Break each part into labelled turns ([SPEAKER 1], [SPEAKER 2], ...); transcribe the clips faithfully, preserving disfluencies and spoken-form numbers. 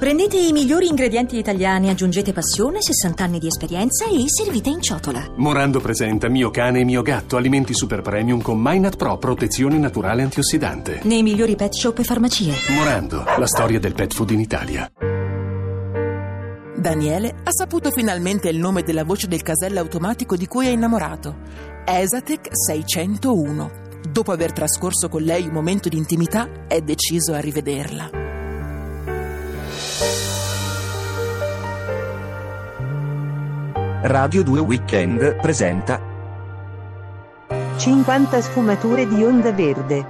[SPEAKER 1] Prendete i migliori ingredienti italiani, aggiungete passione, sessanta anni di esperienza e servite in ciotola.
[SPEAKER 2] Morando presenta Mio cane e mio gatto, alimenti super premium con Mynat Pro, protezione naturale antiossidante.
[SPEAKER 1] Nei migliori pet shop e farmacie.
[SPEAKER 2] Morando, la storia del pet food in Italia.
[SPEAKER 3] Daniele ha saputo finalmente il nome della voce del casello automatico di cui è innamorato. Esatec seicentouno. Dopo aver trascorso con lei un momento di intimità, è deciso a rivederla.
[SPEAKER 4] Radio due Weekend presenta
[SPEAKER 5] cinquanta sfumature di Onda Verde.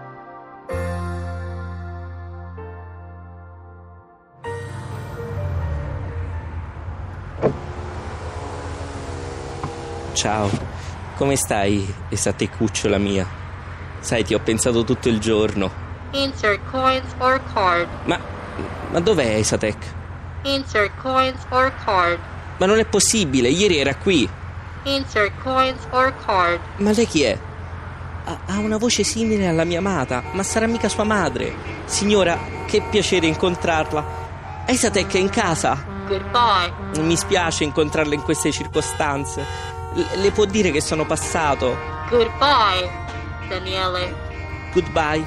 [SPEAKER 6] Ciao, come stai, Esatec cucciola mia? Sai, ti ho pensato tutto il giorno.
[SPEAKER 7] Insert coins or card.
[SPEAKER 6] Ma, ma dov'è Esatec?
[SPEAKER 7] Insert coins or card.
[SPEAKER 6] Ma non è possibile, ieri era qui.
[SPEAKER 7] Insert coins or card.
[SPEAKER 6] Ma lei chi è? Ha, ha una voce simile alla mia amata, ma sarà mica sua madre. Signora, che piacere incontrarla. Esatec è in casa?
[SPEAKER 7] Goodbye.
[SPEAKER 6] Mi spiace incontrarla in queste circostanze. L- le può dire che sono passato?
[SPEAKER 7] Goodbye, Daniele.
[SPEAKER 6] Goodbye.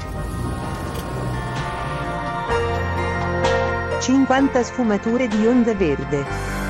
[SPEAKER 5] cinquanta sfumature di Onda Verde.